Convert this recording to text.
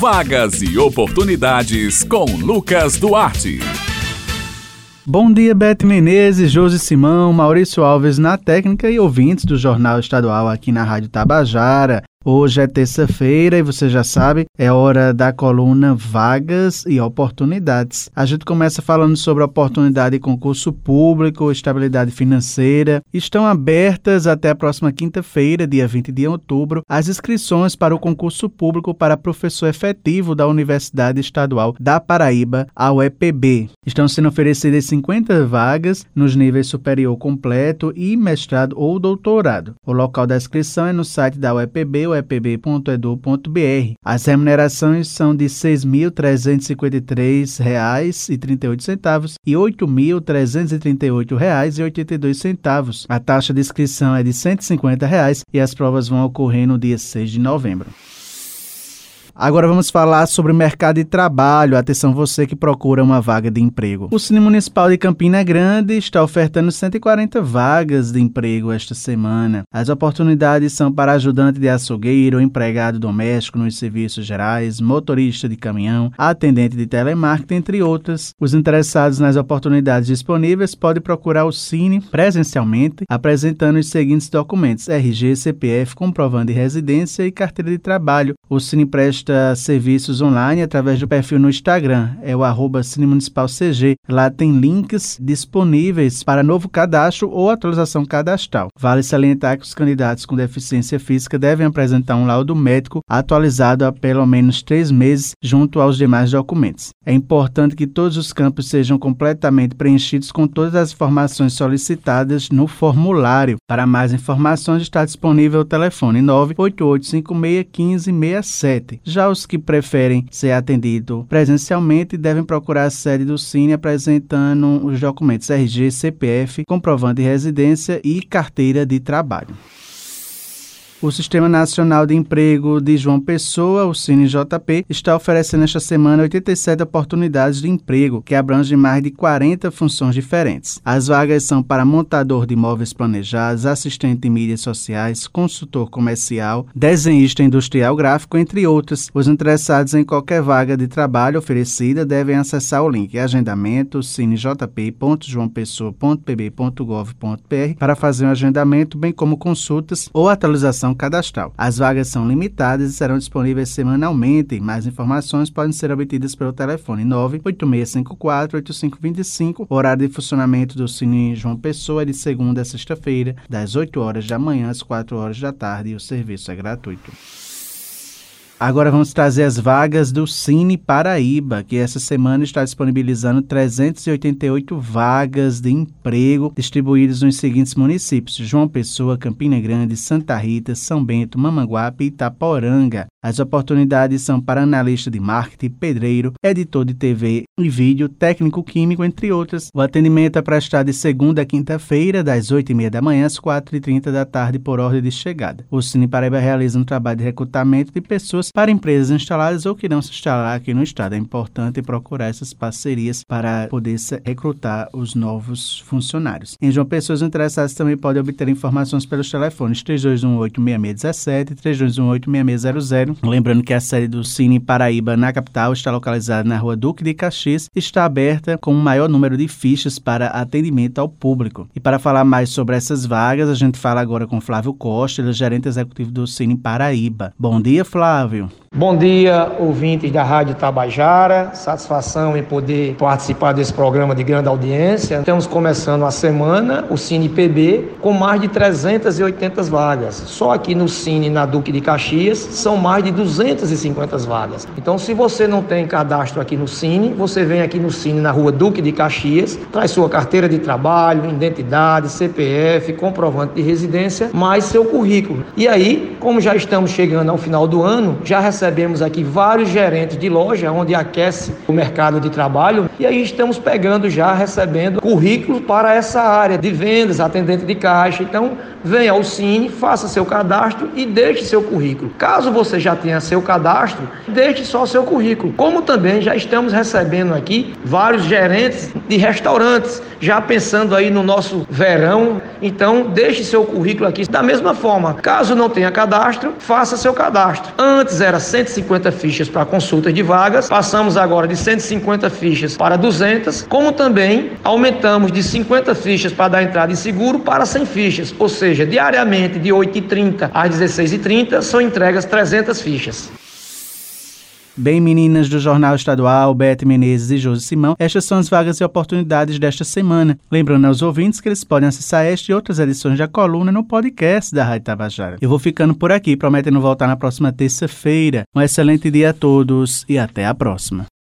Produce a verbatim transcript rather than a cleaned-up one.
Vagas e oportunidades com Lucas Duarte. Bom dia, Beth Menezes, Josi Simão, Maurício Alves na técnica e ouvintes do Jornal Estadual aqui na Rádio Tabajara. Hoje é terça-feira e você já sabe, é hora da coluna Vagas e Oportunidades. A gente começa falando sobre oportunidade de concurso público, estabilidade financeira. Estão abertas até a próxima quinta-feira, dia vinte de outubro, as inscrições para o concurso público para professor efetivo da Universidade Estadual da Paraíba, a U E P B. Estão sendo oferecidas cinquenta vagas nos níveis superior completo e mestrado ou doutorado. O local da inscrição é no site da U E P B, u e p b ponto e d u ponto b r. As remunerações são de seis mil trezentos e cinquenta e três reais e trinta e oito centavos e oito mil trezentos e trinta e oito reais e oitenta e dois centavos. A taxa de inscrição é de cento e cinquenta reais e as provas vão ocorrer no dia seis de novembro. Agora vamos falar sobre o mercado de trabalho. Atenção você que procura uma vaga de emprego. O Cine Municipal de Campina Grande está ofertando cento e quarenta vagas de emprego esta semana. As oportunidades são para ajudante de açougueiro, empregado doméstico nos serviços gerais, motorista de caminhão, atendente de telemarketing, entre outras. Os interessados nas oportunidades disponíveis podem procurar o Cine presencialmente, apresentando os seguintes documentos: R G, C P F, comprovante de residência e carteira de trabalho. O Cine presta serviços online através do perfil no Instagram, é o arroba Cine Municipal C G. Lá tem links disponíveis para novo cadastro ou atualização cadastral. Vale salientar que os candidatos com deficiência física devem apresentar um laudo médico atualizado há pelo menos três meses junto aos demais documentos. É importante que todos os campos sejam completamente preenchidos com todas as informações solicitadas no formulário. Para mais informações está disponível o telefone nove oito oito cinco seis um cinco seis sete. Já os que preferem ser atendidos presencialmente devem procurar a sede do Cine apresentando os documentos R G, C P F, comprovante de residência e carteira de trabalho. O Sistema Nacional de Emprego de João Pessoa, o Cine J P, está oferecendo esta semana oitenta e sete oportunidades de emprego, que abrangem mais de quarenta funções diferentes. As vagas são para montador de imóveis planejados, assistente de mídias sociais, consultor comercial, desenhista industrial gráfico, entre outras. Os interessados em qualquer vaga de trabalho oferecida devem acessar o link agendamento cine j p ponto joão pessoa ponto p b ponto gov ponto b r para fazer um agendamento, bem como consultas ou atualização cadastral. As vagas são limitadas e serão disponíveis semanalmente. Mais informações podem ser obtidas pelo telefone nove oito seis cinco quatro oito cinco dois cinco. O horário de funcionamento do Cine João Pessoa é de segunda a sexta-feira, das oito horas da manhã às quatro horas da tarde, e o serviço é gratuito. Agora vamos trazer as vagas do Cine Paraíba, que essa semana está disponibilizando trezentas e oitenta e oito vagas de emprego distribuídas nos seguintes municípios: João Pessoa, Campina Grande, Santa Rita, São Bento, Mamanguape e Itaporanga. As oportunidades são para analista de marketing, pedreiro, editor de T V e vídeo, técnico químico, entre outras. O atendimento é prestado de segunda a quinta-feira, das oito e meia da manhã às quatro e trinta da tarde, por ordem de chegada. O Cine Paraíba realiza um trabalho de recrutamento de pessoas para empresas instaladas ou que não se instalar aqui no estado. É importante procurar essas parcerias para poder recrutar os novos funcionários. Em João Pessoa, os interessados também podem obter informações pelos telefones três dois um oito seis seis um sete e três dois um oito seis seis zero zero. Lembrando que a sede do Cine Paraíba na capital está localizada na rua Duque de Caxias e está aberta com o maior número de fichas para atendimento ao público. E para falar mais sobre essas vagas, a gente fala agora com Flávio Costa, ele é gerente executivo do Cine Paraíba. Bom dia, Flávio. Bom dia, ouvintes da Rádio Tabajara. Satisfação em poder participar desse programa de grande audiência. Estamos começando a semana, o Cine P B, com mais de trezentas e oitenta vagas. Só aqui no Cine, na Duque de Caxias, são mais de duzentas e cinquenta vagas. Então, se você não tem cadastro aqui no Cine, você vem aqui no Cine, na rua Duque de Caxias, traz sua carteira de trabalho, identidade, C P F, comprovante de residência, mais seu currículo. E aí, como já estamos chegando ao final do ano, já recebemos Recebemos aqui vários gerentes de loja, onde aquece o mercado de trabalho, e aí estamos pegando já, recebendo currículos para essa área de vendas, atendente de caixa. Então, venha ao Cine, faça seu cadastro e deixe seu currículo. Caso você já tenha seu cadastro, deixe só seu currículo. Como também já estamos recebendo aqui vários gerentes de restaurantes, já pensando aí no nosso verão, então deixe seu currículo aqui. Da mesma forma, caso não tenha cadastro, faça seu cadastro. Antes era cento e cinquenta fichas para consultas de vagas, passamos agora de cento e cinquenta fichas para duzentas, como também aumentamos de cinquenta fichas para dar entrada em seguro para cem fichas, ou seja, diariamente de oito e trinta às dezesseis e trinta são entregas trezentas fichas. Bem, meninas do Jornal Estadual, Beth Menezes e Josi Simão, estas são as vagas e oportunidades desta semana. Lembrando aos ouvintes que eles podem acessar esta e outras edições da coluna no podcast da Rádio Tabajara. Eu vou ficando por aqui, prometendo voltar na próxima terça-feira. Um excelente dia a todos e até a próxima.